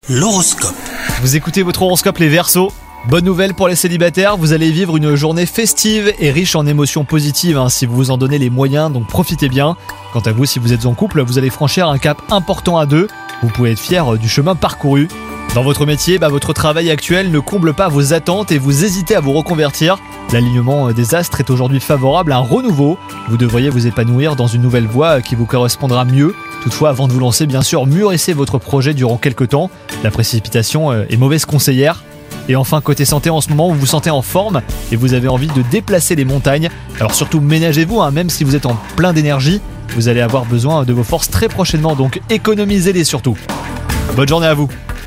L'horoscope. Vous écoutez votre horoscope les Verseaux. Bonne nouvelle pour les célibataires, vous allez vivre une journée festive et riche en émotions positives si vous vous en donnez les moyens, donc profitez bien. Quant à vous, si vous êtes en couple, vous allez franchir un cap important à deux. Vous pouvez être fier du chemin parcouru. Dans votre métier, votre travail actuel ne comble pas vos attentes et vous hésitez à vous reconvertir. L'alignement des astres est aujourd'hui favorable à un renouveau. Vous devriez vous épanouir dans une nouvelle voie qui vous correspondra mieux. Toutefois, avant de vous lancer, bien sûr, mûrissez votre projet durant quelques temps. La précipitation est mauvaise conseillère. Et enfin, côté santé, en ce moment, vous vous sentez en forme et vous avez envie de déplacer les montagnes. Alors surtout, ménagez-vous, même si vous êtes en plein d'énergie. Vous allez avoir besoin de vos forces très prochainement, donc économisez-les surtout. Bonne journée à vous.